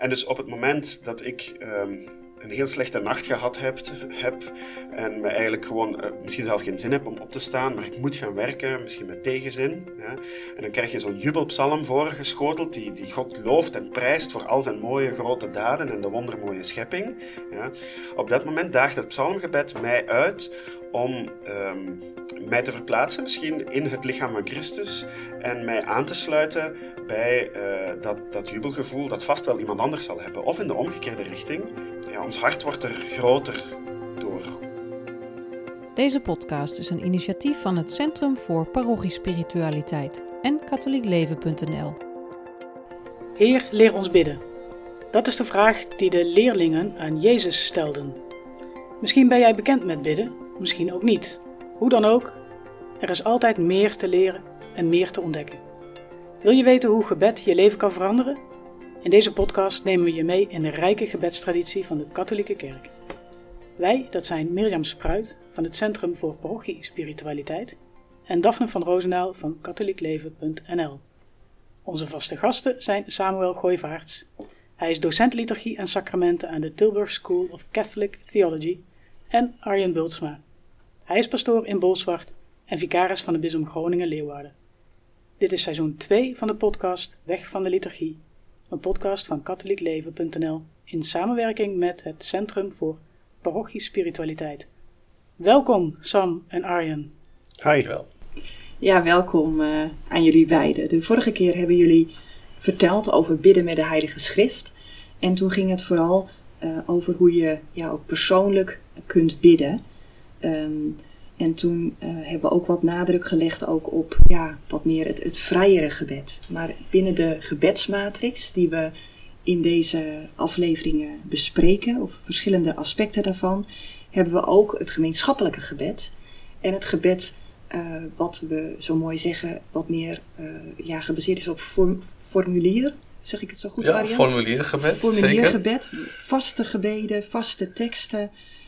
En dus op het moment dat ik een heel slechte nacht gehad heb en me eigenlijk gewoon misschien zelf geen zin heb om op te staan, maar ik moet gaan werken, misschien met tegenzin. Ja. En dan krijg je zo'n jubelpsalm voorgeschoteld die God looft en prijst voor al zijn mooie grote daden en de wondermooie schepping. Ja. Op dat moment daagt het psalmgebed mij uit om mij te verplaatsen, misschien in het lichaam van Christus, en mij aan te sluiten bij dat jubelgevoel dat vast wel iemand anders zal hebben. Of in de omgekeerde richting. Ja, ons hart wordt er groter door. Deze podcast is een initiatief van het Centrum voor Parochiespiritualiteit en katholiekleven.nl. Heer, leer ons bidden. Dat is de vraag die de leerlingen aan Jezus stelden. Misschien ben jij bekend met bidden, misschien ook niet. Hoe dan ook, er is altijd meer te leren en meer te ontdekken. Wil je weten hoe gebed je leven kan veranderen? In deze podcast nemen we je mee in de rijke gebedstraditie van de katholieke kerk. Wij, dat zijn Mirjam Spruit van het Centrum voor Parochiespiritualiteit en Daphne van Roosendaal van katholiekleven.nl. Onze vaste gasten zijn Samuel Gooivaerts. Hij is docent liturgie en sacramenten aan de Tilburg School of Catholic Theology, en Arjen Bultsma. Hij is pastoor in Bolsward en vicaris van het bisdom Groningen-Leeuwarden. Dit is seizoen 2 van de podcast Weg van de Liturgie, een podcast van katholiekleven.nl in samenwerking met het Centrum voor Parochiespiritualiteit. Welkom Sam en Arjen. Hi. Ja, welkom aan jullie beiden. De vorige keer hebben jullie verteld over bidden met de Heilige Schrift. En toen ging het vooral over hoe je ook persoonlijk kunt bidden. En toen hebben we ook wat nadruk gelegd ook op wat meer het vrijere gebed. Maar binnen de gebedsmatrix die we in deze afleveringen bespreken, of verschillende aspecten daarvan, hebben we ook het gemeenschappelijke gebed. En het gebed, wat we zo mooi zeggen, wat meer gebaseerd is op formulier. Zeg ik het zo goed, Arjen? Ja, formuliergebed, formuliergebed, vaste gebeden, vaste teksten.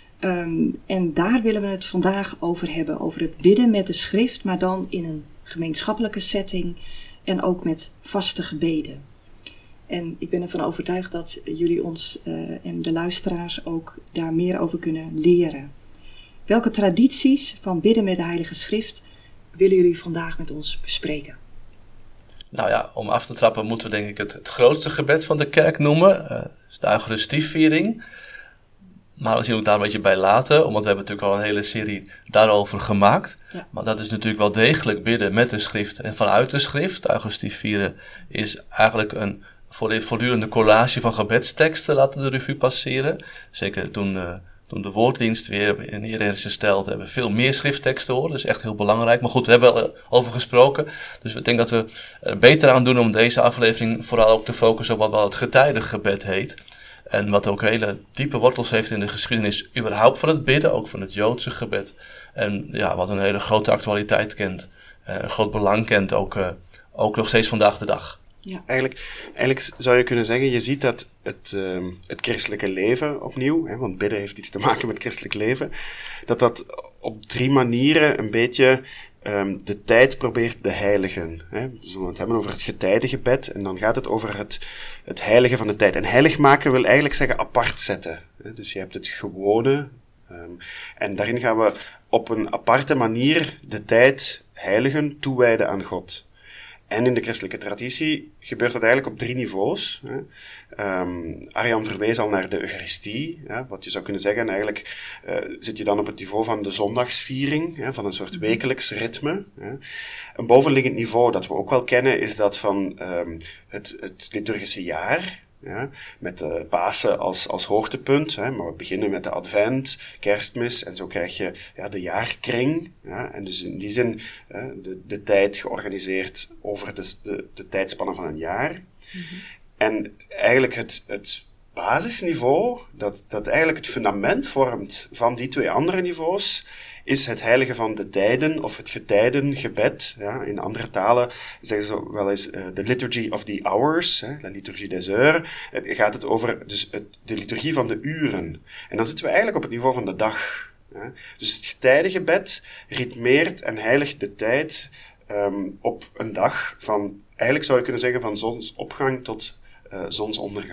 En daar willen we het vandaag over hebben, over het bidden met de schrift, maar dan in een gemeenschappelijke setting en ook met vaste gebeden. En ik ben ervan overtuigd dat jullie ons en de luisteraars ook daar meer over kunnen leren. Welke tradities van bidden met de Heilige Schrift willen jullie vandaag met ons bespreken? Nou ja, om af te trappen moeten we denk ik het grootste gebed van de kerk noemen. Dat is de Eucharistieviering. Maar misschien ook daar een beetje bij laten, omdat we hebben natuurlijk al een hele serie daarover gemaakt. Ja. Maar dat is natuurlijk wel degelijk bidden met de schrift en vanuit de schrift. De Eucharistie vieren is eigenlijk een voortdurende collage van gebedsteksten laten de revue passeren. Zeker toen de woorddienst weer in ere is gesteld, hebben we veel meer schriftteksten hoor. Dat is echt heel belangrijk. Maar goed, we hebben wel over gesproken. Dus we denken dat we er beter aan doen om deze aflevering vooral ook te focussen op wat wel het getijdengebed heet. En wat ook hele diepe wortels heeft in de geschiedenis überhaupt van het bidden, ook van het Joodse gebed. En wat een hele grote actualiteit kent, een groot belang kent, ook nog steeds vandaag de dag. Ja. Eigenlijk zou je kunnen zeggen, je ziet dat het christelijke leven opnieuw, want bidden heeft iets te maken met christelijk leven, dat op 3 manieren een beetje de tijd probeert te heiligen. We zullen het hebben over het getijdengebed en dan gaat het over het heiligen van de tijd. En heilig maken wil eigenlijk zeggen apart zetten. Dus je hebt het gewone en daarin gaan we op een aparte manier de tijd heiligen, toewijden aan God. En in de christelijke traditie gebeurt dat eigenlijk op 3 niveaus. Arjan verwees al naar de Eucharistie. Wat je zou kunnen zeggen, eigenlijk zit je dan op het niveau van de zondagsviering, van een soort wekelijks ritme. Een bovenliggend niveau dat we ook wel kennen is dat van het liturgische jaar. Ja, met Pasen als hoogtepunt, maar we beginnen met de Advent, Kerstmis en zo krijg je de jaarkring. Ja, en dus in die zin de tijd georganiseerd over de tijdspannen van een jaar. Mm-hmm. En eigenlijk het basisniveau, dat eigenlijk het fundament vormt van die 2 andere niveaus, is het heiligen van de tijden of het getijdengebed. Ja, in andere talen zeggen ze wel eens de liturgy of the hours, la liturgie des heures. Gaat het over dus de liturgie van de uren. En dan zitten we eigenlijk op het niveau van de dag. Ja. Dus het getijdengebed ritmeert en heiligt de tijd op een dag van, eigenlijk zou je kunnen zeggen, van zonsopgang tot zonsondergang.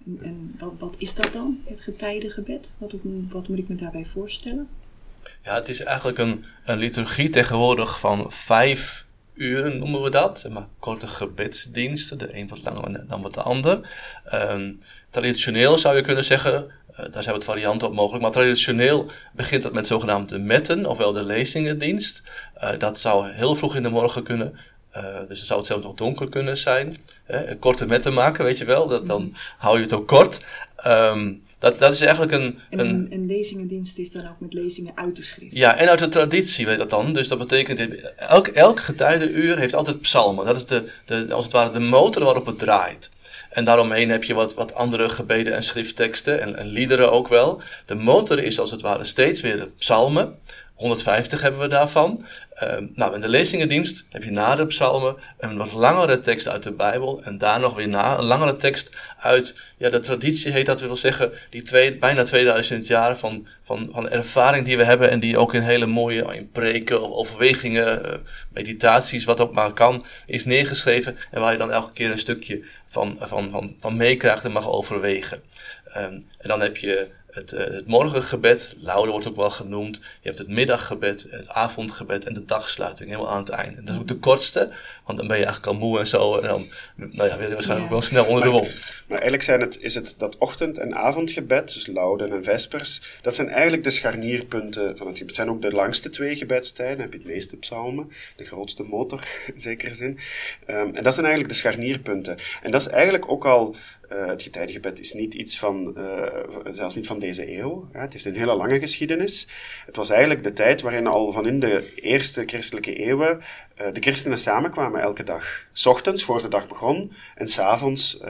En wat is dat dan, het getijdengebed? Wat moet ik me daarbij voorstellen? Ja, het is eigenlijk een liturgie tegenwoordig van 5 uren, noemen we dat. Maar korte gebedsdiensten, de een wat langer dan wat de ander. Traditioneel zou je kunnen zeggen, daar zijn wat varianten op mogelijk, maar traditioneel begint het met zogenaamde metten, ofwel de lezingendienst. Dat zou heel vroeg in de morgen kunnen. Dus dan zou het zelfs nog donker kunnen zijn. Een korte metten maken, weet je wel. Dan hou je het ook kort. Dat is eigenlijk een lezingendienst is dan ook met lezingen uit de schrift. Ja, en uit de traditie weet dat dan. Dus dat betekent, elk getijdenuur heeft altijd psalmen. Dat is als het ware de motor waarop het draait. En daaromheen heb je wat andere gebeden en schriftteksten en liederen ook wel. De motor is als het ware steeds weer de psalmen. 150 hebben we daarvan. In de lezingendienst heb je na de psalmen een wat langere tekst uit de Bijbel. En daar nog weer na een langere tekst uit, de traditie heet dat, wil zeggen, die bijna 2000 jaar van ervaring die we hebben. En die ook in hele mooie in preken, overwegingen, meditaties, wat ook maar kan, is neergeschreven. En waar je dan elke keer een stukje van meekrijgt en mag overwegen. En dan heb je het morgengebed, laude wordt ook wel genoemd. Je hebt het middaggebed, het avondgebed en de dagsluiting helemaal aan het einde. En dat is ook de kortste, want dan ben je eigenlijk al moe en zo. En dan wil je waarschijnlijk wel snel onder de wol. Maar eigenlijk is het dat ochtend- en avondgebed, dus lauden en vespers, dat zijn eigenlijk de scharnierpunten van het gebed. Het zijn ook de langste 2 gebedstijden, dan heb je het meeste psalmen, de grootste motor in zekere zin. En dat zijn eigenlijk de scharnierpunten. En dat is eigenlijk ook al... het getijdengebed is niet iets zelfs niet van deze eeuw. Het heeft een hele lange geschiedenis. Het was eigenlijk de tijd waarin al van in de eerste christelijke eeuwen de christenen samenkwamen elke dag. 's Ochtends, voor de dag begon, en 's avonds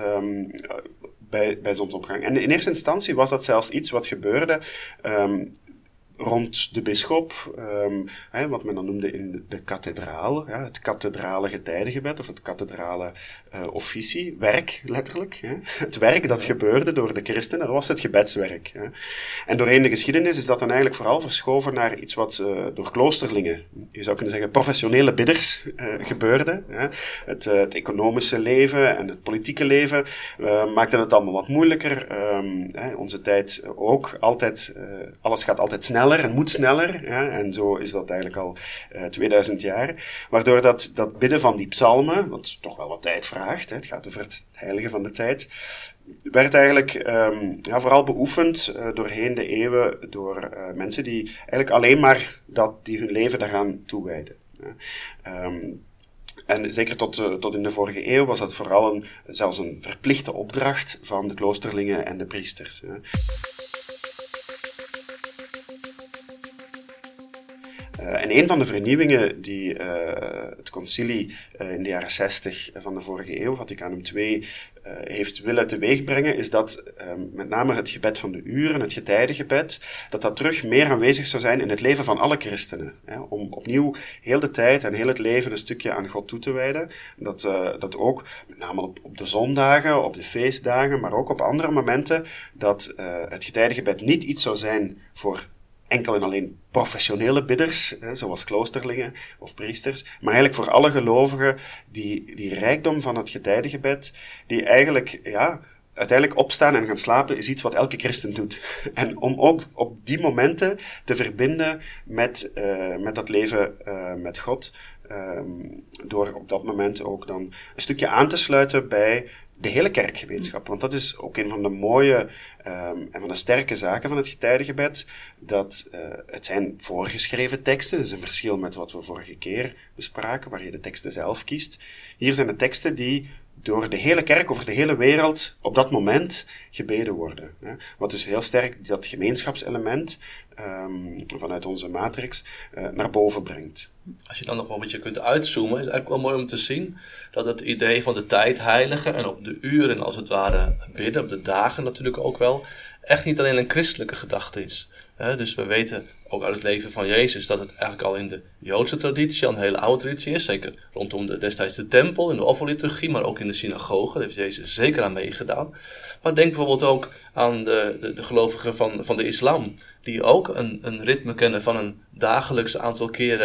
bij zonsopgang. En in eerste instantie was dat zelfs iets wat gebeurde rond de bisschop, wat men dan noemde in de kathedraal, het kathedrale getijdengebed, of het kathedrale officie, werk, letterlijk. Het werk dat gebeurde door de christenen, dat was het gebedswerk. En doorheen de geschiedenis is dat dan eigenlijk vooral verschoven naar iets wat door kloosterlingen, je zou kunnen zeggen professionele bidders, gebeurde. Het economische leven en het politieke leven maakte het allemaal wat moeilijker. Onze tijd ook, alles gaat altijd sneller en moet sneller. En zo is dat eigenlijk al 2000 jaar. Waardoor dat bidden van die psalmen, wat toch wel wat tijd vraagt, het gaat over het heilige van de tijd, werd eigenlijk vooral beoefend doorheen de eeuwen door mensen die eigenlijk alleen maar die hun leven daaraan toewijden. En zeker tot in de vorige eeuw was dat vooral zelfs een verplichte opdracht van de kloosterlingen en de priesters. En een van de vernieuwingen die het concilie in de jaren 60 van de vorige eeuw, Vaticanum II, heeft willen teweegbrengen, is dat met name het gebed van de uren, het getijdengebed, dat terug meer aanwezig zou zijn in het leven van alle christenen. Om opnieuw heel de tijd en heel het leven een stukje aan God toe te wijden. Dat ook, met name op de zondagen, op de feestdagen, maar ook op andere momenten, dat het getijdengebed niet iets zou zijn voor enkel en alleen professionele bidders, zoals kloosterlingen of priesters, maar eigenlijk voor alle gelovigen die rijkdom van het getijdengebed, die eigenlijk, uiteindelijk opstaan en gaan slapen, is iets wat elke christen doet. En om ook op die momenten te verbinden met dat leven met God, door op dat moment ook dan een stukje aan te sluiten bij de hele kerkgemeenschap. Want dat is ook een van de mooie en van de sterke zaken van het getijdengebed, dat het zijn voorgeschreven teksten, dat is een verschil met wat we vorige keer bespraken, waar je de teksten zelf kiest. Hier zijn de teksten die door de hele kerk over de hele wereld op dat moment gebeden worden. Wat dus heel sterk dat gemeenschapselement vanuit onze matrix naar boven brengt. Als je dan nog wel een beetje kunt uitzoomen, is het eigenlijk wel mooi om te zien dat het idee van de tijd heiligen en op de uren als het ware bidden, op de dagen natuurlijk ook wel, echt niet alleen een christelijke gedachte is. Dus we weten ook uit het leven van Jezus dat het eigenlijk al in de Joodse traditie, al een hele oude traditie is. Zeker rondom destijds de tempel, in de offerliturgie, maar ook in de synagoge. Daar heeft Jezus zeker aan meegedaan. Maar denk bijvoorbeeld ook aan de gelovigen van de islam, die ook een ritme kennen van een dagelijks aantal keren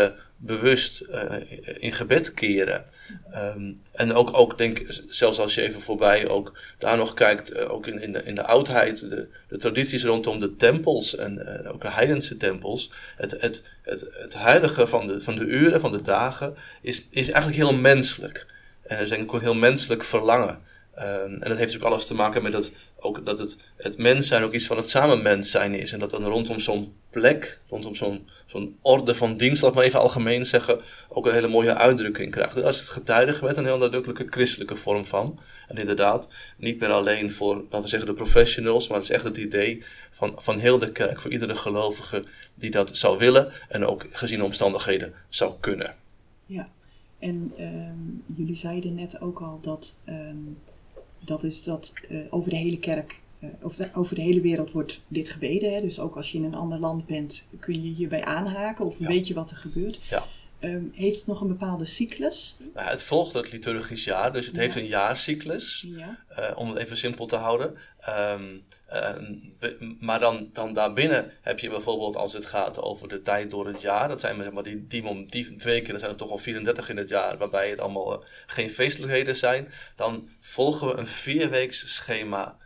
bewust in gebed keren. En ook denk, zelfs als je even voorbij ook daar nog kijkt, ook in de oudheid, de tradities rondom de tempels en ook de heidense tempels, het heilige van de uren, van de dagen, is eigenlijk heel menselijk. En er is ook een heel menselijk verlangen. En dat heeft ook alles te maken met dat het mens zijn ook iets van het samen mens zijn is. En dat dan rondom zo'n plek, rondom zo'n orde van dienst, laat ik maar even algemeen zeggen, ook een hele mooie uitdrukking krijgt. Daar is het getuigengebed een heel nadrukkelijke christelijke vorm van. En inderdaad, niet meer alleen voor, laten we zeggen, de professionals, maar het is echt het idee van heel de kerk, voor iedere gelovige die dat zou willen en ook gezien de omstandigheden zou kunnen. Ja, en jullie zeiden net ook al dat over de hele kerk, over de hele wereld wordt dit gebeden. Hè? Dus ook als je in een ander land bent, kun je hierbij aanhaken of weet je wat er gebeurt. Ja. Heeft het nog een bepaalde cyclus? Nou, het volgt het liturgisch jaar, dus het heeft een jaarcyclus, om het even simpel te houden. Maar dan daarbinnen heb je bijvoorbeeld, als het gaat over de tijd door het jaar, dat zijn maar die weken, dat zijn er toch al 34 in het jaar, waarbij het allemaal geen feestelijkheden zijn. Dan volgen we een 4-weeks schema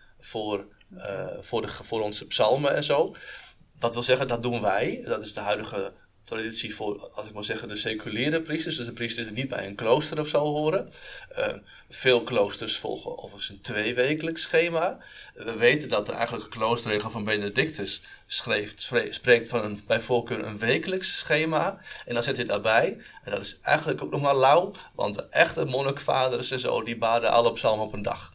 voor onze psalmen en zo. Dat wil zeggen, dat doen wij, dat is de huidige traditie voor, als ik maar zeggen, de seculiere priesters. Dus de priesters die niet bij een klooster of zo horen. Veel kloosters volgen overigens een 2-wekelijks schema. We weten dat de eigenlijke kloosterregel van Benedictus spreekt van bij voorkeur een wekelijks schema. En dan zit hij daarbij. En dat is eigenlijk ook nog maar lauw. Want de echte monnikvaders en zo, die baden alle psalmen op een dag.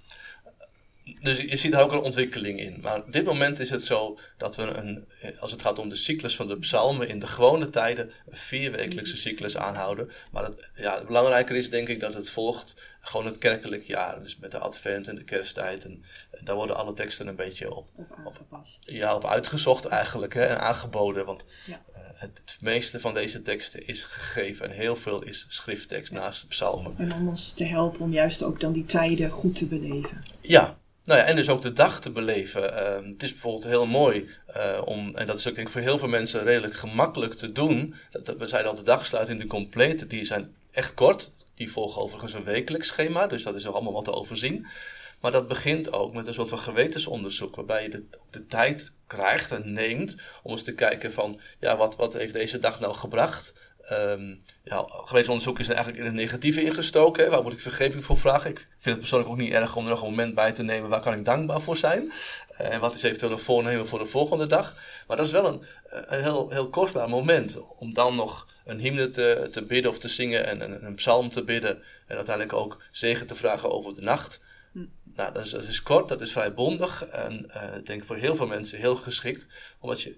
Dus je ziet daar ook een ontwikkeling in. Maar op dit moment is het zo dat we als het gaat om de cyclus van de psalmen in de gewone tijden, een 4-wekelijkse cyclus aanhouden. Maar het belangrijker is denk ik dat het volgt gewoon het kerkelijk jaar. Dus met de advent en de kersttijd. En daar worden alle teksten een beetje op aangepast. Op uitgezocht eigenlijk en aangeboden. Want het meeste van deze teksten is gegeven en heel veel is schrifttekst naast de psalmen. En om ons te helpen om juist ook dan die tijden goed te beleven. Ja. Nou ja, en dus ook de dag te beleven. Het is bijvoorbeeld heel mooi en dat is ook denk ik voor heel veel mensen redelijk gemakkelijk te doen. We zeiden al, de dagsluiting, de complete, die zijn echt kort. Die volgen overigens een wekelijks schema, dus dat is nog allemaal wat te overzien. Maar dat begint ook met een soort van gewetensonderzoek, waarbij je de tijd krijgt en neemt om eens te kijken van, wat heeft deze dag nou gebracht? Gewetensonderzoek is eigenlijk in het negatieve ingestoken. Hè? Waar moet ik vergeving voor vragen? Ik vind het persoonlijk ook niet erg om er nog een moment bij te nemen. Waar kan ik dankbaar voor zijn? En wat is eventueel een voornemen voor de volgende dag? Maar dat is wel een heel kostbaar moment. Om dan nog een hymne te bidden of te zingen en een psalm te bidden. En uiteindelijk ook zegen te vragen over de nacht. Nou, dat is kort, dat is vrij bondig. En ik denk voor heel veel mensen heel geschikt. Omdat je,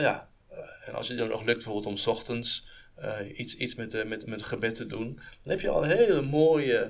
en als het dan nog lukt bijvoorbeeld om 's ochtends iets met het gebed te doen, dan heb je al een hele mooie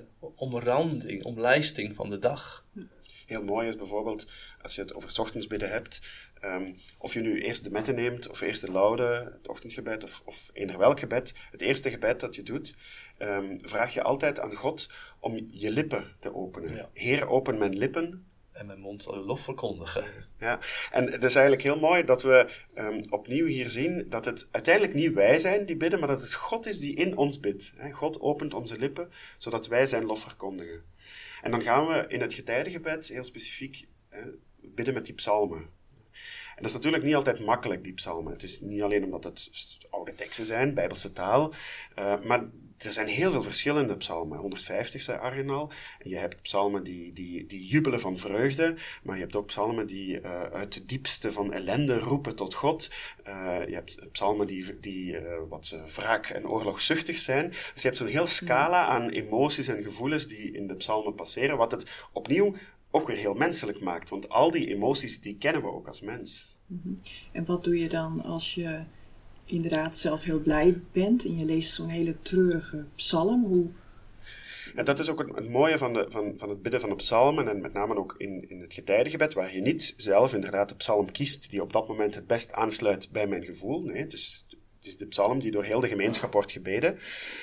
omlijsting van de dag. Heel mooi is bijvoorbeeld, als je het over 's ochtends bidden hebt, of je nu eerst de mette neemt, of eerst de laude, het ochtendgebed, of eender welk gebed, het eerste gebed dat je doet, vraag je altijd aan God om je lippen te openen. Ja. Heer, open mijn lippen. En mijn mond zal uw lof verkondigen. Ja, en het is eigenlijk heel mooi dat we opnieuw hier zien dat het uiteindelijk niet wij zijn die bidden, maar dat het God is die in ons bidt. God opent onze lippen, zodat wij zijn lof verkondigen. En dan gaan we in het getijdengebed heel specifiek bidden met die psalmen. En dat is natuurlijk niet altijd makkelijk, die psalmen. Het is niet alleen omdat het oude teksten zijn, Bijbelse taal, maar er zijn heel veel verschillende psalmen. 150 zei Arjen al. En je hebt psalmen die jubelen van vreugde, maar je hebt ook psalmen die uit het diepste van ellende roepen tot God. Je hebt psalmen die wat wraak- en oorlogzuchtig zijn. Dus je hebt zo'n heel scala aan emoties en gevoelens die in de psalmen passeren, wat het opnieuw ook weer heel menselijk maakt. Want al die emoties, die kennen we ook als mens. Mm-hmm. En wat doe je dan als je inderdaad zelf heel blij bent en je leest zo'n hele treurige psalm? Ja, dat is ook het mooie van het bidden van de psalmen en met name ook in het getijdengebed, waar je niet zelf inderdaad de psalm kiest die op dat moment het best aansluit bij mijn gevoel. Nee, het is de psalm die door heel de gemeenschap wordt gebeden.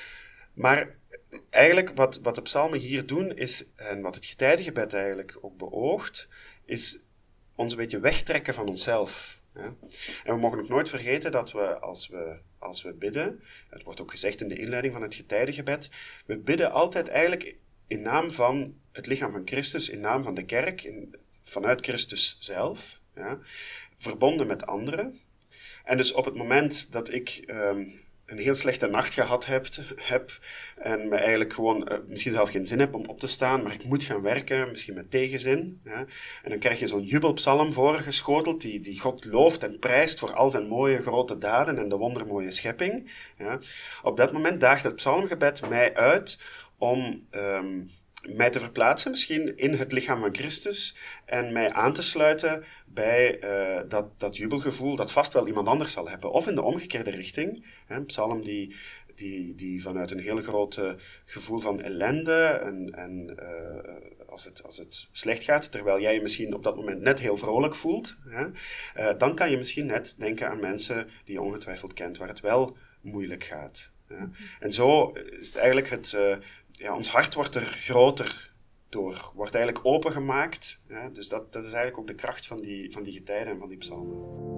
Maar eigenlijk wat de psalmen hier doen is, en wat het getijdengebed eigenlijk ook beoogt, is ons een beetje wegtrekken van onszelf. Ja? En we mogen ook nooit vergeten dat we als we bidden, het wordt ook gezegd in de inleiding van het getijdengebed, we bidden altijd eigenlijk in naam van het lichaam van Christus, in naam van de kerk, vanuit Christus zelf, ja? Verbonden met anderen. En dus op het moment dat ik een heel slechte nacht gehad heb en me eigenlijk gewoon misschien zelf geen zin heb om op te staan, maar ik moet gaan werken, misschien met tegenzin. Ja? En dan krijg je zo'n jubelpsalm voorgeschoteld die God looft en prijst voor al zijn mooie grote daden en de wondermooie schepping. Ja? Op dat moment daagt het psalmgebed mij uit om mij te verplaatsen misschien in het lichaam van Christus en mij aan te sluiten bij dat jubelgevoel dat vast wel iemand anders zal hebben. Of in de omgekeerde richting. Een psalm die vanuit een heel groot gevoel van ellende en als het slecht gaat, terwijl jij je misschien op dat moment net heel vrolijk voelt, dan kan je misschien net denken aan mensen die je ongetwijfeld kent, waar het wel moeilijk gaat. Ja. En zo is het eigenlijk ons hart wordt er groter door, wordt eigenlijk opengemaakt. Ja, dus dat is eigenlijk ook de kracht van die getijden en van die psalmen.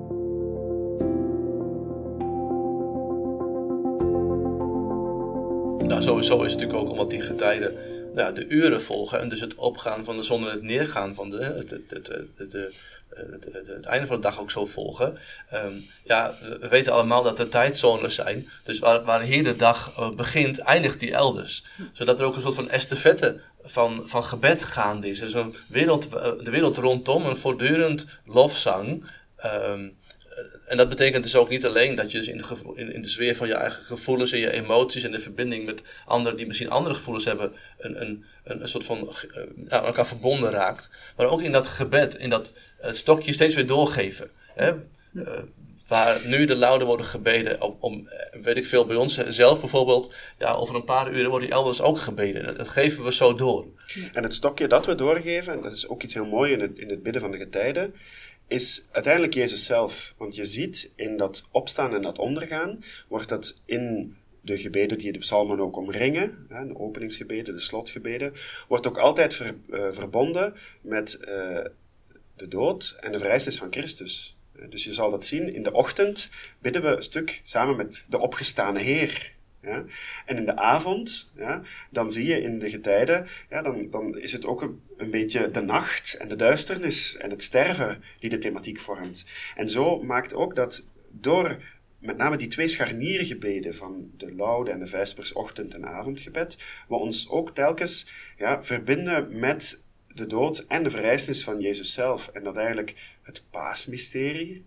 Nou, sowieso is het natuurlijk ook omdat die getijden de uren volgen en dus het opgaan van de zon en het neergaan van het einde van de dag ook zo volgen. We weten allemaal dat er tijdzones zijn. Dus waar hier de dag begint, eindigt die elders. Zodat er ook een soort van estafette van gebed gaande is. Dus de wereld rondom, een voortdurend lofzang. En dat betekent dus ook niet alleen dat je dus in de sfeer van je eigen gevoelens en je emoties en de verbinding met anderen die misschien andere gevoelens hebben, een soort van aan elkaar verbonden raakt. Maar ook in dat gebed, in dat stokje steeds weer doorgeven. Hè? Waar nu de laude worden gebeden, weet ik veel, bij ons zelf bijvoorbeeld, over een paar uren wordt die elders ook gebeden. Dat geven we zo door. En het stokje dat we doorgeven, en dat is ook iets heel moois in het bidden van de getijden, is uiteindelijk Jezus zelf. Want je ziet in dat opstaan en dat ondergaan, wordt dat in de gebeden die de psalmen ook omringen, de openingsgebeden, de slotgebeden, wordt ook altijd verbonden met de dood en de verrijzenis van Christus. Dus je zal dat zien, in de ochtend bidden we een stuk samen met de opgestane Heer. Ja? En in de avond, dan zie je in de getijden, dan is het ook een beetje de nacht en de duisternis en het sterven die de thematiek vormt. En zo maakt ook dat door met name die 2 scharniergebeden van de laude en de vespers ochtend- en avondgebed, we ons ook telkens verbinden met de dood en de verrijzenis van Jezus zelf. En dat eigenlijk het paasmysterie,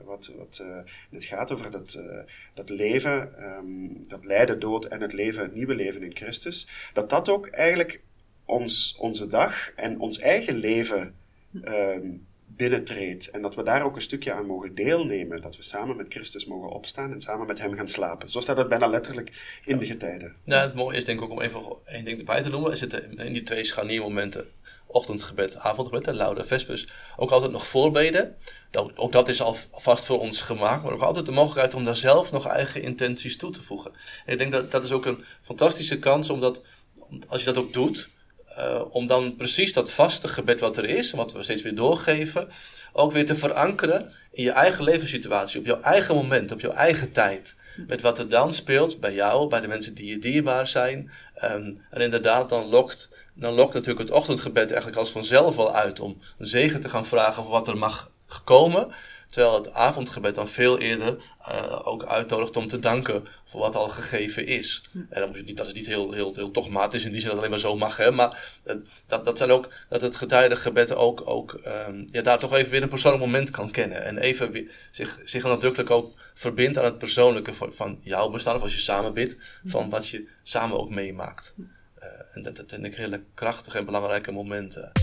het gaat over dat leven, dat lijden, dood en het leven, het nieuwe leven in Christus, dat ook eigenlijk onze dag en ons eigen leven binnentreedt. En dat we daar ook een stukje aan mogen deelnemen. Dat we samen met Christus mogen opstaan en samen met hem gaan slapen. Zo staat het bijna letterlijk in de getijden. Ja, het mooie is denk ik ook om even één ding erbij te noemen. Er zitten in die 2 scharniermomenten, ochtendgebed, avondgebed, de laude vespers, ook altijd nog voorbeden. Ook dat is alvast voor ons gemaakt, maar ook altijd de mogelijkheid om daar zelf nog eigen intenties toe te voegen. En ik denk dat is ook een fantastische kans, omdat als je dat ook doet, om dan precies dat vaste gebed wat er is, en wat we steeds weer doorgeven, ook weer te verankeren in je eigen levenssituatie, op jouw eigen moment, op jouw eigen tijd. Met wat er dan speelt bij jou, bij de mensen die je dierbaar zijn. En inderdaad, dan lokt natuurlijk het ochtendgebed eigenlijk als vanzelf al uit om een zegen te gaan vragen voor wat er mag komen. Terwijl het avondgebed dan veel eerder ook uitnodigt om te danken voor wat al gegeven is. En dan moet je niet, dat is niet heel dogmatisch in die zin dat het alleen maar zo mag. Hè, maar dat zijn ook, dat het getijdengebed ook daar toch even weer een persoonlijk moment kan kennen. En even weer, zich nadrukkelijk ook verbindt aan het persoonlijke van jouw bestaan. Of als je samen bidt, van wat je samen ook meemaakt. En dat vind ik hele krachtige en belangrijke momenten.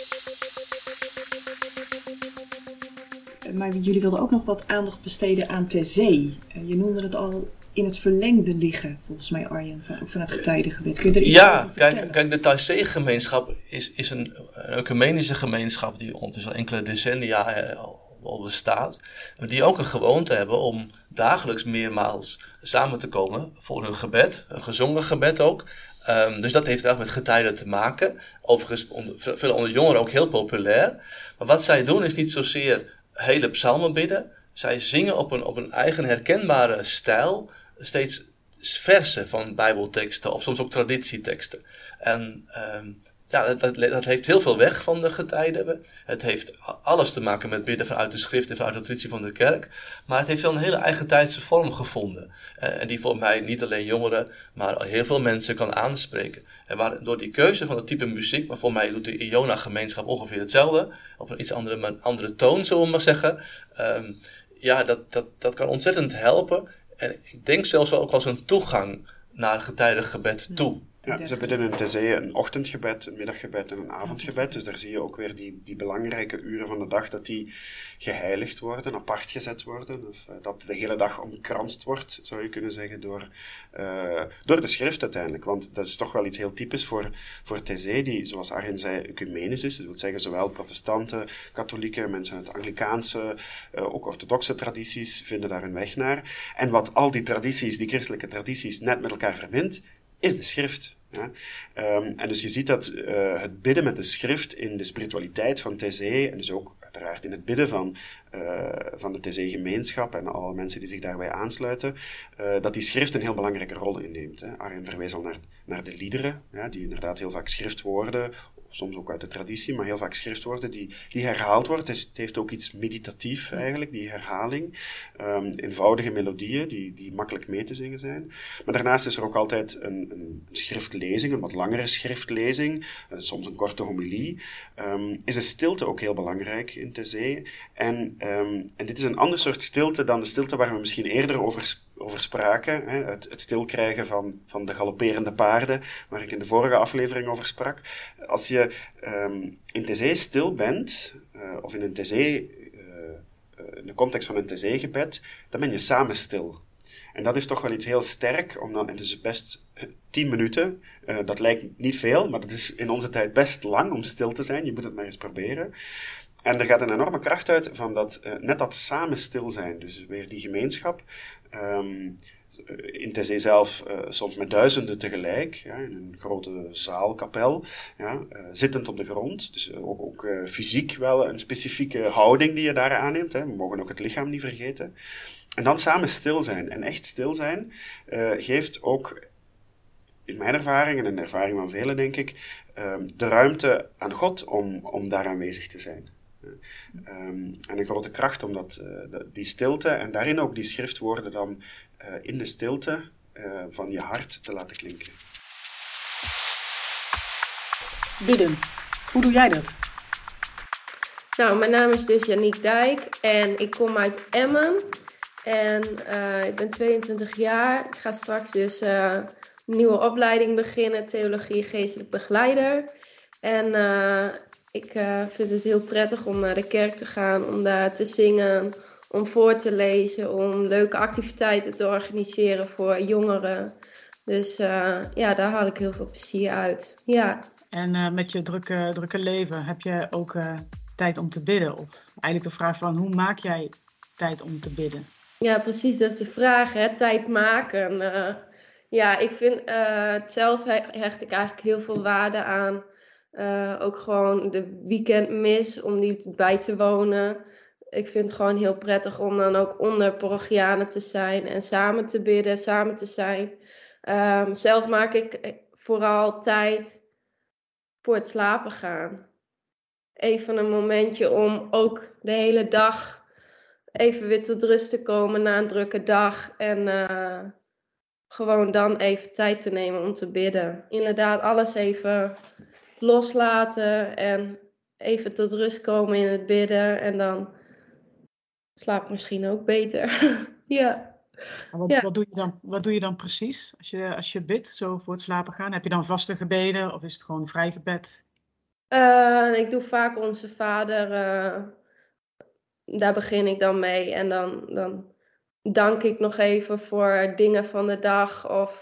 Maar jullie wilden ook nog wat aandacht besteden aan ter zee. Je noemde het al in het verlengde liggen, volgens mij Arjen, ook van het getijdengebed. Kun je er iets over vertellen? Kijk, de Thaizee-gemeenschap is een ecumenische gemeenschap die ondertussen al enkele decennia al bestaat. Die ook een gewoonte hebben om dagelijks meermaals samen te komen voor hun gebed, een gezongen gebed ook. Dus dat heeft eigenlijk met getijden te maken. Overigens onder jongeren ook heel populair. Maar wat zij doen is niet zozeer hele psalmen bidden, zij zingen op een eigen herkenbare stijl steeds versen van bijbelteksten of soms ook traditieteksten. En dat heeft heel veel weg van de getijden. Het heeft alles te maken met bidden vanuit de schrift en vanuit de traditie van de kerk. Maar het heeft wel een hele eigen tijdse vorm gevonden. En die voor mij niet alleen jongeren, maar heel veel mensen kan aanspreken. En door die keuze van het type muziek, maar voor mij doet de Iona-gemeenschap ongeveer hetzelfde. Op een iets andere toon, zullen we maar zeggen. Dat kan ontzettend helpen. En ik denk zelfs wel ook als een toegang naar getijdengebed toe. Ja, ze bidden in TC een ochtendgebed, een middaggebed en een avondgebed. Dus daar zie je ook weer die belangrijke uren van de dag, dat die geheiligd worden, apart gezet worden. Of dat de hele dag omkranst wordt, zou je kunnen zeggen, door de schrift uiteindelijk. Want dat is toch wel iets heel typisch voor TC, die, zoals Arjen zei, ecumenisch is. Dat wil zeggen, zowel protestanten, katholieken, mensen uit de Anglikaanse, ook orthodoxe tradities vinden daar hun weg naar. En wat al die tradities, die christelijke tradities, net met elkaar verbindt, is de schrift. Ja? En dus je ziet dat het bidden met de schrift in de spiritualiteit van TC, en dus ook uiteraard in het bidden van de TC-gemeenschap en alle mensen die zich daarbij aansluiten, dat die schrift een heel belangrijke rol inneemt. Hè. Arjen verwees al naar de liederen, ja, die inderdaad heel vaak schriftwoorden, soms ook uit de traditie, maar heel vaak schriftwoorden die herhaald worden. Het heeft ook iets meditatief eigenlijk, die herhaling. Eenvoudige melodieën die makkelijk mee te zingen zijn. Maar daarnaast is er ook altijd een schriftlezing, een wat langere schriftlezing, soms een korte homilie. Is de stilte ook heel belangrijk in TC. En dit is een ander soort stilte dan de stilte waar we misschien eerder over spraken. Hè? Het stilkrijgen van de galopperende paarden, waar ik in de vorige aflevering over sprak. Als je in TC stil bent, of in een TC, in de context van een TC-gebed, dan ben je samen stil. En dat is toch wel iets heel sterk, en het is best 10 minuten, dat lijkt niet veel, maar dat is in onze tijd best lang om stil te zijn. Je moet het maar eens proberen. En er gaat een enorme kracht uit van net dat samen stil zijn. Dus weer die gemeenschap. In TC zelf soms met duizenden tegelijk, ja, in een grote zaalkapel, ja, zittend op de grond. Dus ook fysiek wel een specifieke houding die je daar aanneemt. Hè. We mogen ook het lichaam niet vergeten. En dan samen stil zijn. En echt stil zijn geeft ook, in mijn ervaring en in de ervaring van velen denk ik, de ruimte aan God om daar aanwezig te zijn. En een grote kracht om die stilte en daarin ook die schriftwoorden dan in de stilte van je hart te laten klinken. Bidden. Hoe doe jij dat? Nou, mijn naam is dus Janiek Dijk en ik kom uit Emmen. En ik ben 22 jaar. Ik ga straks dus een nieuwe opleiding beginnen, theologie geestelijk begeleider. En ik vind het heel prettig om naar de kerk te gaan, om daar te zingen, om voor te lezen, om leuke activiteiten te organiseren voor jongeren. Dus daar haal ik heel veel plezier uit. Ja. En met je drukke leven heb je ook tijd om te bidden? Of eigenlijk de vraag van, hoe maak jij tijd om te bidden? Ja, precies, dat is de vraag, hè? Tijd maken. Ik vind zelf hecht ik eigenlijk heel veel waarde aan. Ook gewoon de weekendmis, om die bij te wonen. Ik vind het gewoon heel prettig om dan ook onder parochianen te zijn en samen te bidden, samen te zijn. Zelf maak ik vooral tijd voor het slapen gaan. Even een momentje om ook de hele dag even weer tot rust te komen na een drukke dag. En gewoon dan even tijd te nemen om te bidden. Inderdaad, alles even loslaten en even tot rust komen in het bidden. En dan slaap ik misschien ook beter. Ja. Wat doe je dan precies als je bidt, zo voor het slapen gaan? Heb je dan vaste gebeden of is het gewoon vrij gebed? Ik doe vaak Onze Vader. Daar begin ik dan mee. En dan dank ik nog even voor dingen van de dag. Of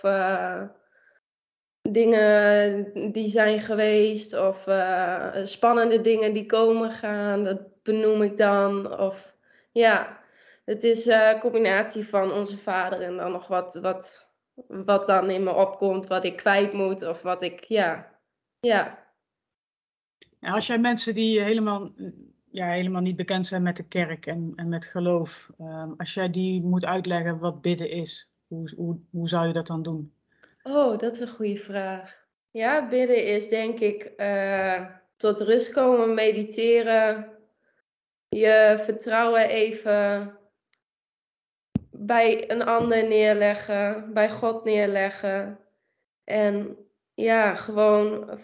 dingen die zijn geweest. Of spannende dingen die komen gaan. Dat benoem ik dan. Of ja, het is een combinatie van Onze Vader en dan nog wat dan in me opkomt. Wat ik kwijt moet. Of wat ik, ja. En als jij mensen die helemaal helemaal niet bekend zijn met de kerk en met geloof. Als jij die moet uitleggen wat bidden is, hoe zou je dat dan doen? Oh, dat is een goede vraag. Ja, bidden is denk ik tot rust komen, mediteren, je vertrouwen even bij een ander neerleggen, bij God neerleggen. En ja, gewoon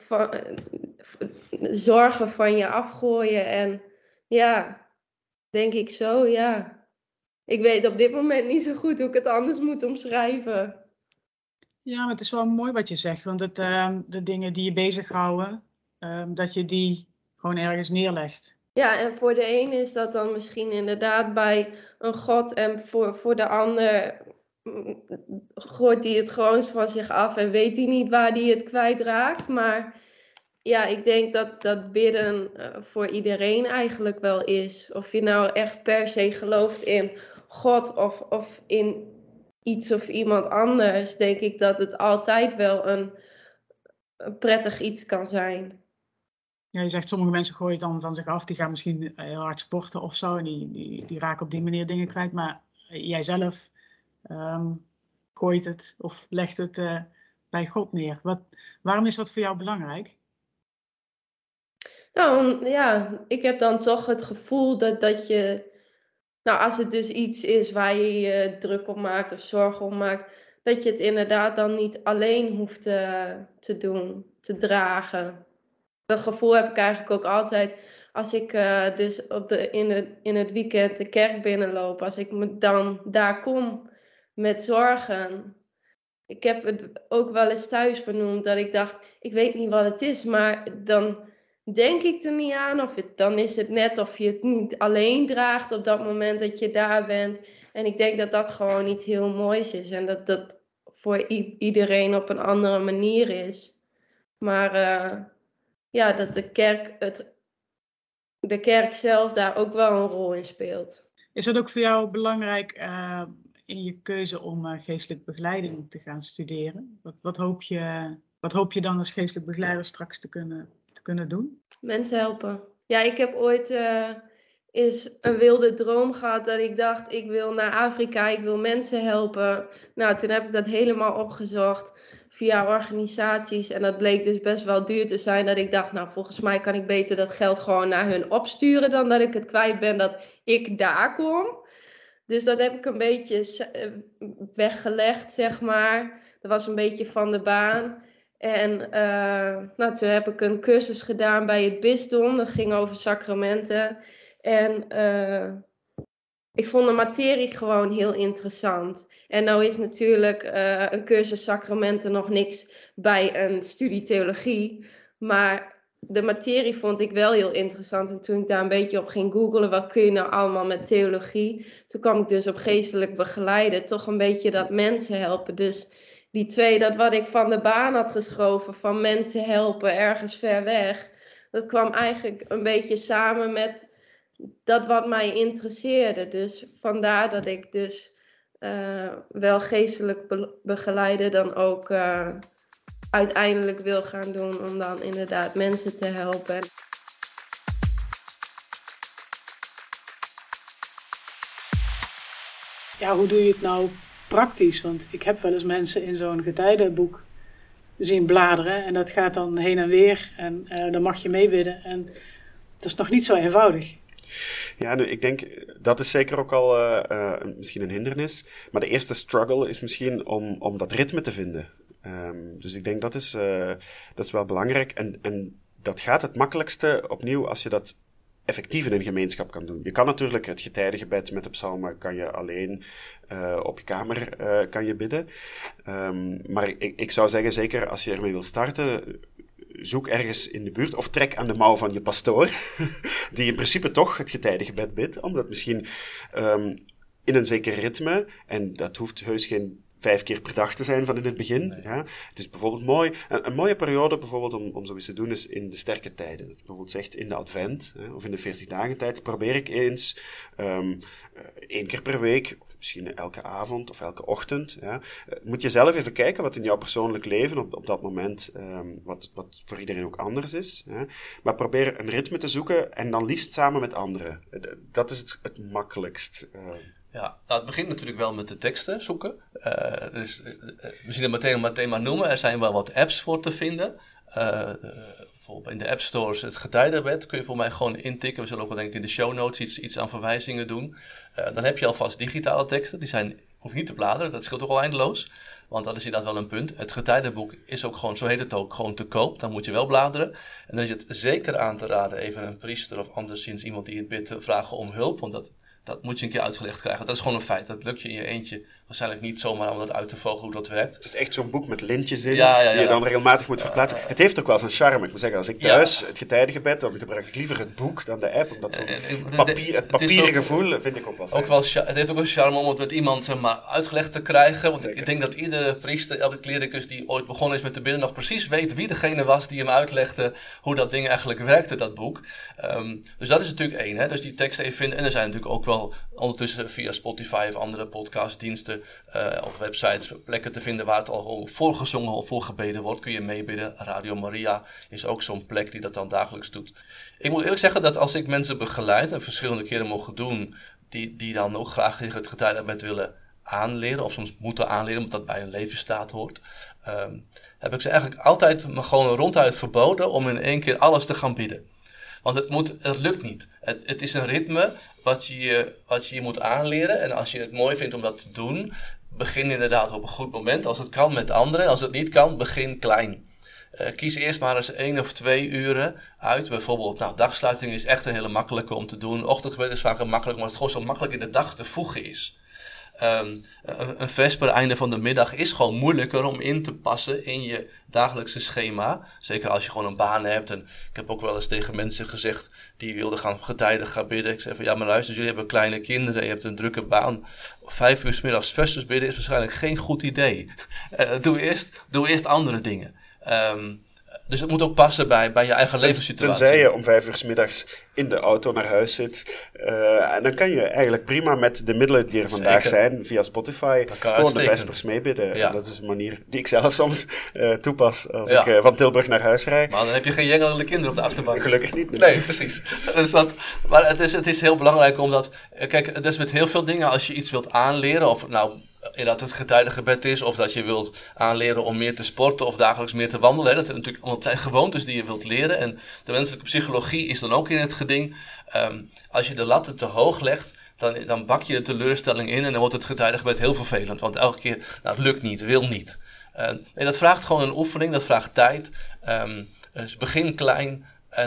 zorgen van je afgooien. En ja, denk ik zo, ja. Ik weet op dit moment niet zo goed hoe ik het anders moet omschrijven. Ja, maar het is wel mooi wat je zegt, want de dingen die je bezighouden, dat je die gewoon ergens neerlegt. Ja, en voor de een is dat dan misschien inderdaad bij een God en voor de ander gooit hij het gewoon van zich af en weet hij niet waar hij het kwijtraakt. Maar ja, ik denk dat bidden voor iedereen eigenlijk wel is. Of je nou echt per se gelooft in God of in iets of iemand anders, denk ik dat het altijd wel een prettig iets kan zijn. Ja, je zegt sommige mensen gooien het dan van zich af, die gaan misschien heel hard sporten of zo en die raken op die manier dingen kwijt. Maar jij zelf gooit het of legt het bij God neer. Waarom is dat voor jou belangrijk? Nou ja, ik heb dan toch het gevoel dat je, nou als het dus iets is waar je je druk om maakt of zorgen om maakt, dat je het inderdaad dan niet alleen hoeft te doen, te dragen. Dat gevoel heb ik eigenlijk ook altijd als ik dus in het weekend de kerk binnenloop. Als ik me dan daar kom met zorgen. Ik heb het ook wel eens thuis benoemd dat ik dacht, ik weet niet wat het is, maar dan denk ik er niet aan. Dan is het net of je het niet alleen draagt op dat moment dat je daar bent. En ik denk dat dat gewoon iets heel moois is en dat dat voor iedereen op een andere manier is. Maar ja, dat de kerk zelf daar ook wel een rol in speelt. Is dat ook voor jou belangrijk in je keuze om geestelijke begeleiding te gaan studeren? Wat hoop je dan als geestelijk begeleider straks te kunnen doen? Mensen helpen. Ja, ik heb ooit eens een wilde droom gehad dat ik dacht, ik wil naar Afrika, ik wil mensen helpen. Nou, toen heb ik dat helemaal opgezocht via organisaties en dat bleek dus best wel duur te zijn. Dat ik dacht, nou, volgens mij kan ik beter dat geld gewoon naar hun opsturen dan dat ik het kwijt ben dat ik daar kom. Dus dat heb ik een beetje weggelegd, zeg maar. Dat was een beetje van de baan. En nou, toen heb ik een cursus gedaan bij het bisdom. Dat ging over sacramenten. En ik vond de materie gewoon heel interessant. En nou is natuurlijk een cursus sacramenten nog niks bij een studie theologie. Maar de materie vond ik wel heel interessant. En toen ik daar een beetje op ging googlen, wat kun je nou allemaal met theologie? Toen kwam ik dus op geestelijk begeleiden. Toch een beetje dat mensen helpen. Dus die twee, dat wat ik van de baan had geschoven, van mensen helpen ergens ver weg. Dat kwam eigenlijk een beetje samen met dat wat mij interesseerde. Dus vandaar dat ik dus wel geestelijk begeleiden dan ook uiteindelijk wil gaan doen om dan inderdaad mensen te helpen. Ja, hoe doe je het nou praktisch? Want ik heb wel eens mensen in zo'n getijdenboek zien bladeren en dat gaat dan heen en weer en dan mag je meebidden en dat is nog niet zo eenvoudig. Ja, nu, ik denk, dat is zeker ook al misschien een hindernis. Maar de eerste struggle is misschien om dat ritme te vinden. Dus ik denk dat is wel belangrijk. En dat gaat het makkelijkste opnieuw als je dat effectief in een gemeenschap kan doen. Je kan natuurlijk het getijdengebed met de psalmen kan je alleen op je kamer kan je bidden. Maar ik zou zeggen, zeker als je ermee wil starten, zoek ergens in de buurt of trek aan de mouw van je pastoor, die in principe toch het getijdengebed bidt, omdat misschien in een zeker ritme, en dat hoeft heus geen 5 keer per dag te zijn van in het begin. Nee. Ja. Het is bijvoorbeeld mooi. Een mooie periode bijvoorbeeld om zoiets te doen is in de sterke tijden. Dat bijvoorbeeld zegt in de advent of in de 40 dagen tijd probeer ik eens 1 keer per week, of misschien elke avond of elke ochtend. Ja. Moet je zelf even kijken wat in jouw persoonlijk leven op dat moment, wat voor iedereen ook anders is. Ja. Maar probeer een ritme te zoeken en dan liefst samen met anderen. Dat is het makkelijkst. Ja, nou, het begint natuurlijk wel met de teksten zoeken. Misschien dat meteen maar noemen. Er zijn wel wat apps voor te vinden. Bijvoorbeeld in de App Stores het getijdengebed kun je voor mij gewoon intikken. We zullen ook wel denk ik in de show notes iets aan verwijzingen doen. Dan heb je alvast digitale teksten. Hoef je niet te bladeren, dat scheelt toch al eindeloos. Want dat is inderdaad wel een punt. Het getijdenboek is ook gewoon, zo heet het ook, gewoon te koop. Dan moet je wel bladeren. En dan is het zeker aan te raden even een priester of anderszins iemand die het bidt vragen om hulp. Want dat moet je een keer uitgelegd krijgen. Dat is gewoon een feit. Dat lukt je in je eentje waarschijnlijk niet zomaar om dat uit te vogelen hoe dat werkt. Het is echt zo'n boek met lintjes in, die je dan regelmatig moet verplaatsen. Het heeft ook wel zijn charme. Ik moet zeggen, als ik thuis het getijdengebed, dan gebruik ik liever het boek dan de app. Omdat het papieren gevoel vind ik ook wel fijn. Het heeft ook een charme om het met iemand maar uitgelegd te krijgen. Want ik denk dat iedere priester, elke klericus die ooit begonnen is met te bidden, nog precies weet wie degene was die hem uitlegde hoe dat ding eigenlijk werkte, dat boek. Dus dat is natuurlijk één. Hè? Dus die tekst even vinden. En er zijn natuurlijk ook wel ondertussen via Spotify of andere podcastdiensten of websites plekken te vinden waar het al voorgezongen of voorgebeden wordt. Kun je meebidden. Radio Maria is ook zo'n plek die dat dan dagelijks doet. Ik moet eerlijk zeggen dat als ik mensen begeleid en verschillende keren mogen doen, die dan ook graag het getijdengebed willen aanleren of soms moeten aanleren omdat dat bij een levensstaat hoort, heb ik ze eigenlijk altijd maar gewoon ronduit verboden om in één keer alles te gaan bidden. Want het lukt niet. Het is een ritme wat je moet aanleren. En als je het mooi vindt om dat te doen, begin inderdaad op een goed moment. Als het kan met anderen. Als het niet kan, begin klein. Kies eerst maar eens 1 of 2 uren uit. Bijvoorbeeld, dagsluiting is echt een hele makkelijke om te doen. Ochtendgebed is vaak een makkelijk, maar het gewoon zo makkelijk in de dag te voegen is. Een vesper einde van de middag is gewoon moeilijker om in te passen in je dagelijkse schema. Zeker als je gewoon een baan hebt. En ik heb ook wel eens tegen mensen gezegd die wilden gaan bidden. Ik zei van maar luister, jullie hebben kleine kinderen, je hebt een drukke baan. 5 uur 's middags vesters bidden is waarschijnlijk geen goed idee. Doe eerst andere dingen. Dus het moet ook passen bij je eigen levenssituatie. Tenzij je om 5 uur 's middags in de auto naar huis zit. En dan kan je eigenlijk prima met de middelen die er vandaag zijn, via Spotify, gewoon de vespers meebidden. Ja. Dat is een manier die ik zelf soms toepas als ik van Tilburg naar huis rijd. Maar dan heb je geen jengelende kinderen op de achterbank. Gelukkig niet. Nee, precies. Maar het is heel belangrijk omdat, kijk, het is met heel veel dingen, als je iets wilt aanleren, of dat het getijdengebed is, of dat je wilt aanleren om meer te sporten of dagelijks meer te wandelen. Dat zijn natuurlijk allemaal gewoontes die je wilt leren. En de menselijke psychologie is dan ook in het geding. Als je de latten te hoog legt, dan bak je de teleurstelling in en dan wordt het getijdengebed heel vervelend. Want elke keer, het lukt niet, wil niet. En dat vraagt gewoon een oefening, dat vraagt tijd. Dus begin klein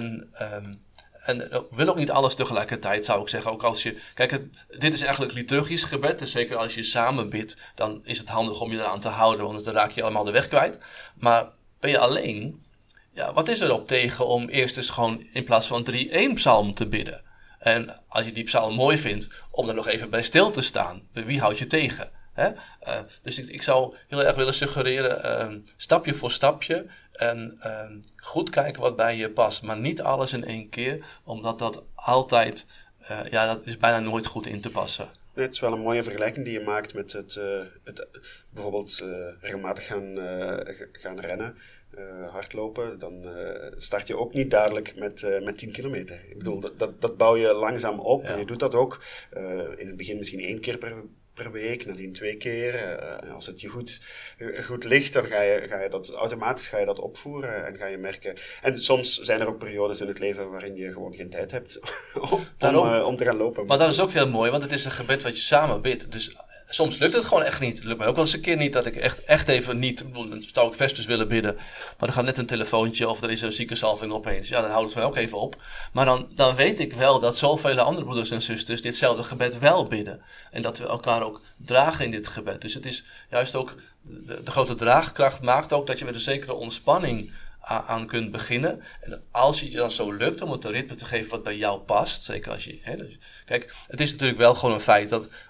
en wil ook niet alles tegelijkertijd, zou ik zeggen. Ook als je, kijk, dit is eigenlijk liturgisch gebed. Dus zeker als je samen bidt, dan is het handig om je eraan te houden. Want dan raak je allemaal de weg kwijt. Maar ben je alleen, wat is erop tegen om eerst eens gewoon in plaats van 3 één psalm te bidden? En als je die psalm mooi vindt, om er nog even bij stil te staan. Wie houdt je tegen? Hè? Dus ik zou heel erg willen suggereren, stapje voor stapje. En goed kijken wat bij je past. Maar niet alles in één keer. Omdat dat altijd, dat is bijna nooit goed in te passen. Nee, het is wel een mooie vergelijking die je maakt met het bijvoorbeeld regelmatig gaan rennen. Hardlopen, dan start je ook niet dadelijk met 10 kilometer. Ik bedoel, dat bouw je langzaam op. Ja. En je doet dat ook in het begin misschien 1 keer per week, nadien 2 keer. Als het je goed ligt, dan ga je dat automatisch opvoeren en ga je merken. En soms zijn er ook periodes in het leven waarin je gewoon geen tijd hebt om te gaan lopen. Maar dat is ook heel mooi, want het is een gebed wat je samen bidt. Dus soms lukt het gewoon echt niet. Het lukt mij ook wel eens een keer niet dat ik echt even niet, dan zou ik vespers willen bidden, maar er gaat net een telefoontje of er is een ziekensalving opeens. Ja, dan houdt het mij ook even op. Maar dan weet ik wel dat zoveel andere broeders en zusters ditzelfde gebed wel bidden. En dat we elkaar ook dragen in dit gebed. Dus het is juist ook, de grote draagkracht maakt ook dat je met een zekere ontspanning aan kunt beginnen. En als het je dan zo lukt om het een ritme te geven wat bij jou past, zeker als je, kijk, het is natuurlijk wel gewoon een feit dat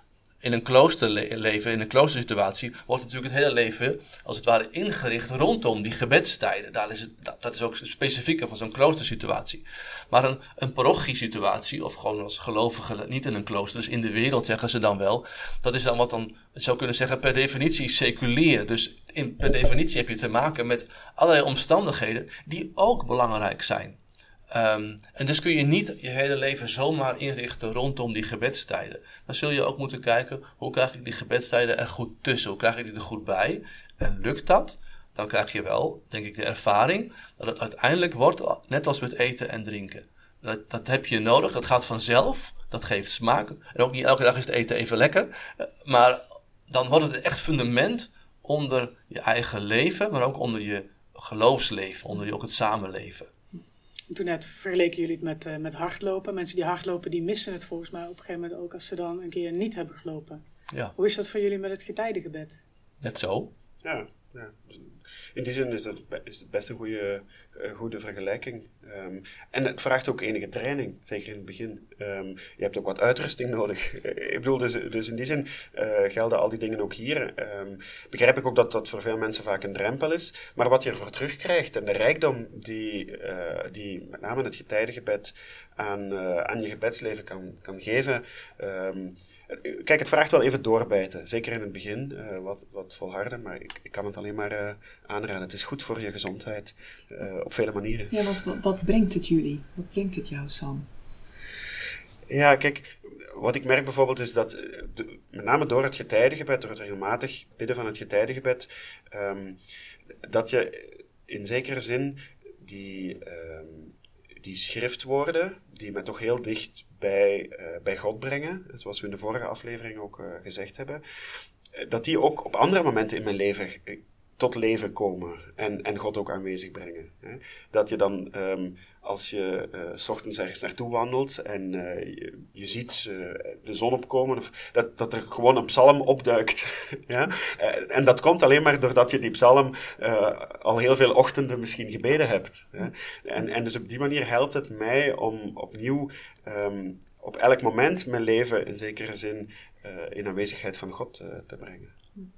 in een kloosterleven, in een kloostersituatie, wordt natuurlijk het hele leven als het ware ingericht rondom die gebedstijden. Dat is ook specifieker van zo'n kloostersituatie. Maar een parochiesituatie, of gewoon als gelovige niet in een klooster, dus in de wereld zeggen ze dan wel, dat is dan wat dan zou kunnen zeggen per definitie seculier. Dus per definitie heb je te maken met allerlei omstandigheden die ook belangrijk zijn. En dus kun je niet je hele leven zomaar inrichten rondom die gebedstijden. Dan zul je ook moeten kijken, hoe krijg ik die gebedstijden er goed tussen? Hoe krijg ik die er goed bij? En lukt dat? Dan krijg je wel, denk ik, de ervaring dat het uiteindelijk wordt net als met eten en drinken. Dat heb je nodig, dat gaat vanzelf, dat geeft smaak. En ook niet elke dag is het eten even lekker. Maar dan wordt het echt fundament onder je eigen leven, maar ook onder je geloofsleven, onder ook het samenleven. Toen net vergeleken jullie het met hardlopen. Mensen die hardlopen, die missen het volgens mij op een gegeven moment ook als ze dan een keer niet hebben gelopen. Ja. Hoe is dat voor jullie met het getijdengebed? Net zo. Ja. In die zin is het best een goede vergelijking. En het vraagt ook enige training, zeker in het begin. Je hebt ook wat uitrusting nodig. Ik bedoel, dus in die zin gelden al die dingen ook hier. Begrijp ik ook dat dat voor veel mensen vaak een drempel is. Maar wat je ervoor terugkrijgt en de rijkdom die met name het getijdengebed aan je gebedsleven kan geven. Kijk, het vraagt wel even doorbijten. Zeker in het begin, wat volharden. Maar ik kan het alleen maar aanraden. Het is goed voor je gezondheid. Op vele manieren. Ja, wat brengt het jullie? Wat brengt het jou, Sam? Ja, kijk, wat ik merk bijvoorbeeld is dat, met name door het getijdengebed, door het regelmatig bidden van het getijdengebed, dat je in zekere zin die schriftwoorden, die me toch heel dicht bij God brengen, zoals we in de vorige aflevering ook gezegd hebben, dat die ook op andere momenten in mijn leven tot leven komen en God ook aanwezig brengen. Hè. Dat je dan, als je 's ochtends ergens naartoe wandelt en je ziet de zon opkomen, of dat er gewoon een psalm opduikt. Ja? En dat komt alleen maar doordat je die psalm al heel veel ochtenden misschien gebeden hebt. Hè. En dus op die manier helpt het mij om opnieuw op elk moment mijn leven in zekere zin in aanwezigheid van God te brengen.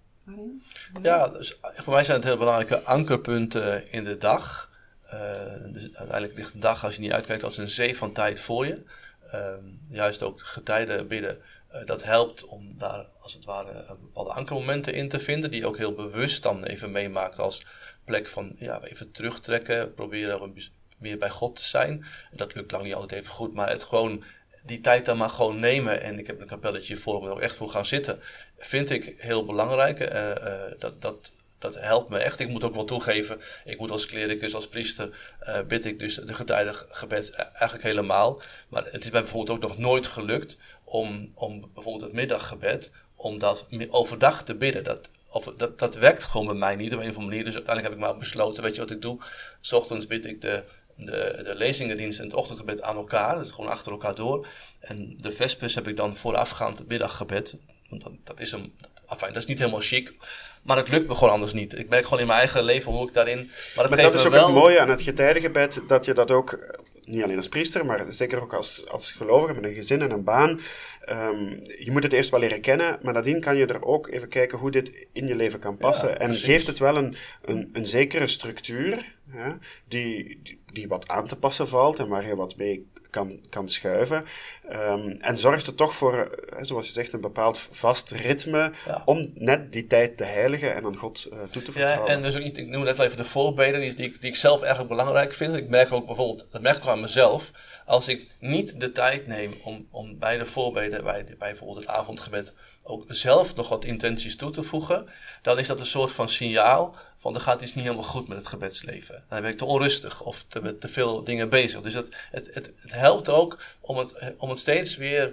Ja, dus voor mij zijn het heel belangrijke ankerpunten in de dag. Dus uiteindelijk ligt de dag, als je niet uitkijkt, als een zee van tijd voor je. Juist ook getijden bidden, dat helpt om daar als het ware bepaalde ankermomenten in te vinden, die je ook heel bewust dan even meemaakt als plek van even terugtrekken, proberen meer bij God te zijn. En dat lukt lang niet altijd even goed, maar het gewoon die tijd dan maar gewoon nemen. En ik heb een kapelletje voor me ook echt voor gaan zitten. Vind ik heel belangrijk. Dat helpt me echt. Ik moet ook wel toegeven, ik moet als klericus, als priester, bid ik dus de getijdengebed eigenlijk helemaal. Maar het is mij bijvoorbeeld ook nog nooit gelukt om bijvoorbeeld het middaggebed, om dat overdag te bidden. Dat werkt gewoon bij mij niet op een of andere manier. Dus uiteindelijk heb ik maar besloten, weet je wat ik doe? 's Ochtends bid ik de lezingendienst en het ochtendgebed aan elkaar. Dus gewoon achter elkaar door. En de vespers heb ik dan voorafgaand het middaggebed. Want dat is niet helemaal chic. Maar het lukt me gewoon anders niet. Ik merk gewoon in mijn eigen leven hoe ik daarin... Maar dat is ook het mooie aan het getijdengebed, dat je dat ook, niet alleen als priester, maar zeker ook als gelovige met een gezin en een baan, je moet het eerst wel leren kennen, maar nadien kan je er ook even kijken hoe dit in je leven kan passen. Ja, en geeft het wel een zekere structuur, ja, die wat aan te passen valt en waar je wat mee kan schuiven. En zorgt er toch voor, zoals je zegt, een bepaald vast ritme om net die tijd te heiligen en aan God toe te vertrouwen. Ja, en dus ik noem net even de voorbeden die ik zelf erg belangrijk vind. Ik merk ook bijvoorbeeld, dat merk ik aan mezelf, als ik niet de tijd neem om bij de voorbeden, bij bijvoorbeeld het avondgebed, ook zelf nog wat intenties toe te voegen, dan is dat een soort van signaal van er gaat iets niet helemaal goed met het gebedsleven. Dan ben ik te onrustig of te veel dingen bezig. Dus het helpt ook om het steeds weer,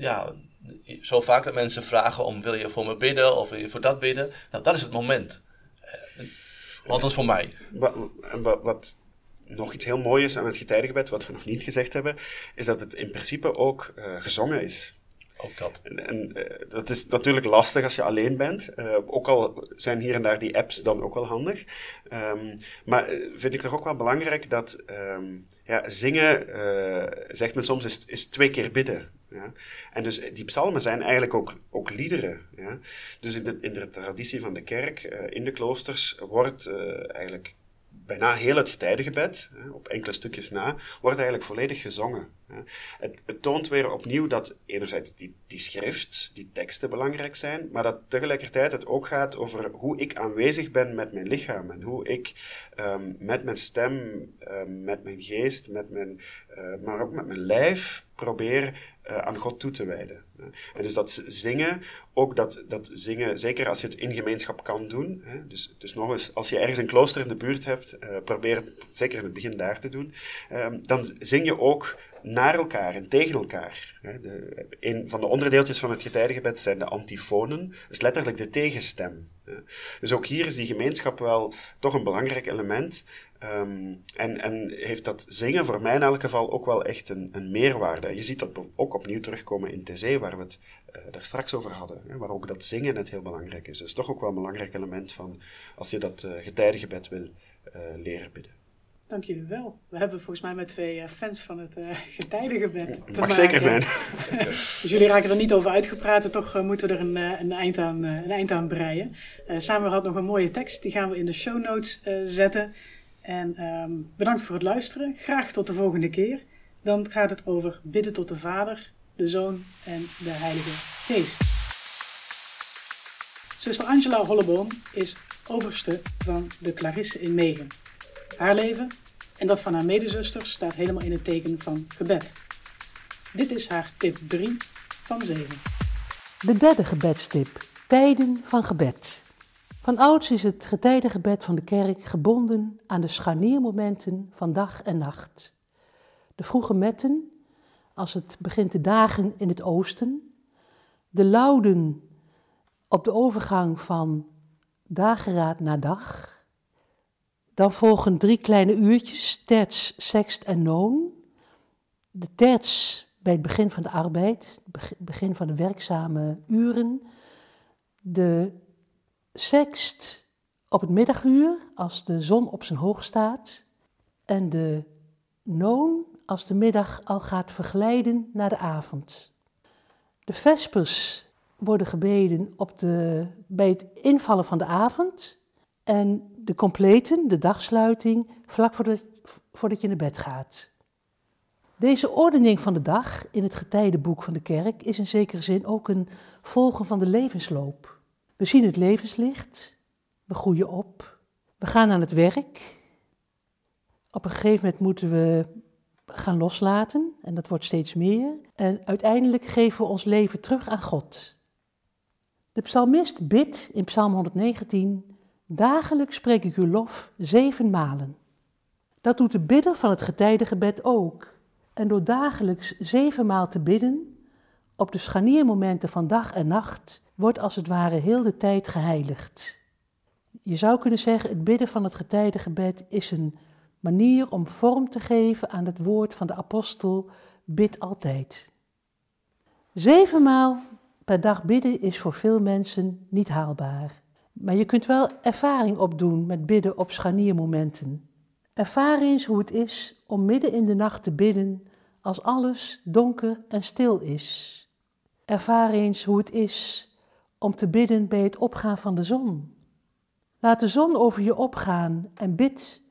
zo vaak dat mensen vragen om wil je voor me bidden of wil je voor dat bidden. Nou, dat is het moment. Want dat is voor mij. Wat nog iets heel moois is aan het getijdengebed, wat we nog niet gezegd hebben, is dat het in principe ook gezongen is. Ook dat. En dat is natuurlijk lastig als je alleen bent. Ook al zijn hier en daar die apps dan ook wel handig. Maar vind ik toch ook wel belangrijk dat zingen, zegt men soms, is 2 keer bidden. Ja? En dus die psalmen zijn eigenlijk ook liederen. Ja? Dus in de traditie van de kerk, in de kloosters, wordt eigenlijk bijna heel het getijdengebed, op enkele stukjes na, wordt eigenlijk volledig gezongen. Het toont weer opnieuw dat enerzijds die schrift, die teksten belangrijk zijn, maar dat tegelijkertijd het ook gaat over hoe ik aanwezig ben met mijn lichaam en hoe ik met mijn stem, met mijn geest, maar ook met mijn lijf probeer aan God toe te wijden. En dus dat zingen, ook dat zingen, zeker als je het in gemeenschap kan doen, dus nog eens, als je ergens een klooster in de buurt hebt, probeer het zeker in het begin daar te doen, dan zing je ook naar elkaar en tegen elkaar. Een van de onderdeeltjes van het getijdengebed zijn de antifonen, dus letterlijk de tegenstem. Dus ook hier is die gemeenschap wel toch een belangrijk element. En heeft dat zingen voor mij in elk geval ook wel echt een meerwaarde. En je ziet dat ook opnieuw terugkomen in TC, waar we het daar straks over hadden. Waar ook dat zingen net heel belangrijk is. Dus toch ook wel een belangrijk element van als je dat getijdengebed wil leren bidden. Dank jullie wel. We hebben volgens mij met 2 fans van het getijdengebed te maken. Mag zeker zijn. Dus jullie raken er niet over uitgepraat en toch moeten we er een eind aan breien. Samuel had nog een mooie tekst, die gaan we in de show notes zetten. En bedankt voor het luisteren. Graag tot de volgende keer. Dan gaat het over bidden tot de Vader, de Zoon en de Heilige Geest. Zuster Angela Holleboom is overste van de Clarisse in Megen. Haar leven en dat van haar medezusters staat helemaal in het teken van gebed. Dit is haar tip 3 van 7. De derde gebedstip, tijden van gebed. Van ouds is het getijdengebed van de kerk gebonden aan de scharniermomenten van dag en nacht. De vroege metten, als het begint te dagen in het oosten. De lauden op de overgang van dageraad naar dag. Dan volgen 3 kleine uurtjes, terts, sext en noon. De terts bij het begin van de arbeid, het begin van de werkzame uren. De sext op het middaguur, als de zon op zijn hoogst staat. En de noon, als de middag al gaat verglijden naar de avond. De vespers worden gebeden bij het invallen van de avond. En de completen, de dagsluiting, vlak voordat je naar bed gaat. Deze ordening van de dag in het getijdenboek van de kerk is in zekere zin ook een volgen van de levensloop. We zien het levenslicht, we groeien op, we gaan aan het werk. Op een gegeven moment moeten we gaan loslaten en dat wordt steeds meer. En uiteindelijk geven we ons leven terug aan God. De psalmist bidt in Psalm 119... Dagelijks spreek ik uw lof 7 malen. Dat doet de bidder van het getijdengebed ook. En door dagelijks 7 maal te bidden, op de scharniermomenten van dag en nacht, wordt als het ware heel de tijd geheiligd. Je zou kunnen zeggen, het bidden van het getijdengebed is een manier om vorm te geven aan het woord van de apostel, bid altijd. 7 maal per dag bidden is voor veel mensen niet haalbaar. Maar je kunt wel ervaring opdoen met bidden op scharniermomenten. Ervaar eens hoe het is om midden in de nacht te bidden als alles donker en stil is. Ervaar eens hoe het is om te bidden bij het opgaan van de zon. Laat de zon over je opgaan en bid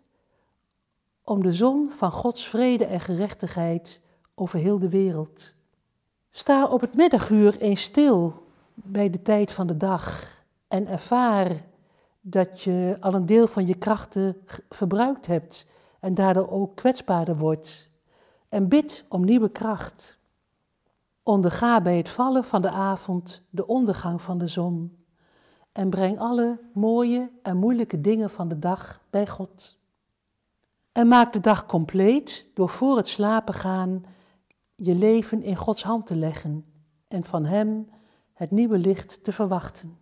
om de zon van Gods vrede en gerechtigheid over heel de wereld. Sta op het middaguur eens stil bij de tijd van de dag. En ervaar dat je al een deel van je krachten verbruikt hebt en daardoor ook kwetsbaarder wordt. En bid om nieuwe kracht. Onderga bij het vallen van de avond de ondergang van de zon. En breng alle mooie en moeilijke dingen van de dag bij God. En maak de dag compleet door voor het slapen gaan je leven in Gods hand te leggen en van Hem het nieuwe licht te verwachten.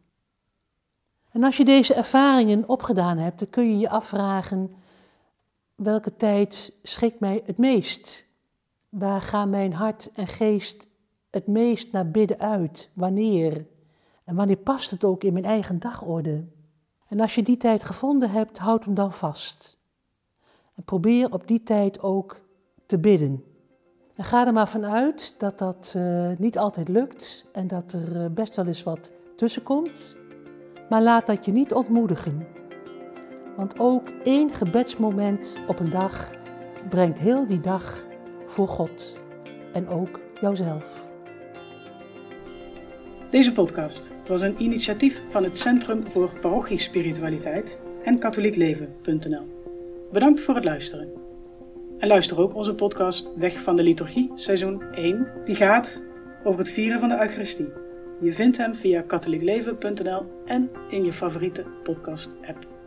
En als je deze ervaringen opgedaan hebt, dan kun je je afvragen, welke tijd schikt mij het meest? Waar gaan mijn hart en geest het meest naar bidden uit? Wanneer? En wanneer past het ook in mijn eigen dagorde? En als je die tijd gevonden hebt, houd hem dan vast. En probeer op die tijd ook te bidden. En ga er maar vanuit dat dat niet altijd lukt en dat er best wel eens wat tussenkomt. Maar laat dat je niet ontmoedigen. Want ook 1 gebedsmoment op een dag brengt heel die dag voor God en ook jouzelf. Deze podcast was een initiatief van het Centrum voor Parochiespiritualiteit en katholiekleven.nl. Bedankt voor het luisteren. En luister ook onze podcast Weg van de Liturgie, seizoen 1, die gaat over het vieren van de Eucharistie. Je vindt hem via katholiekleven.nl en in je favoriete podcast-app.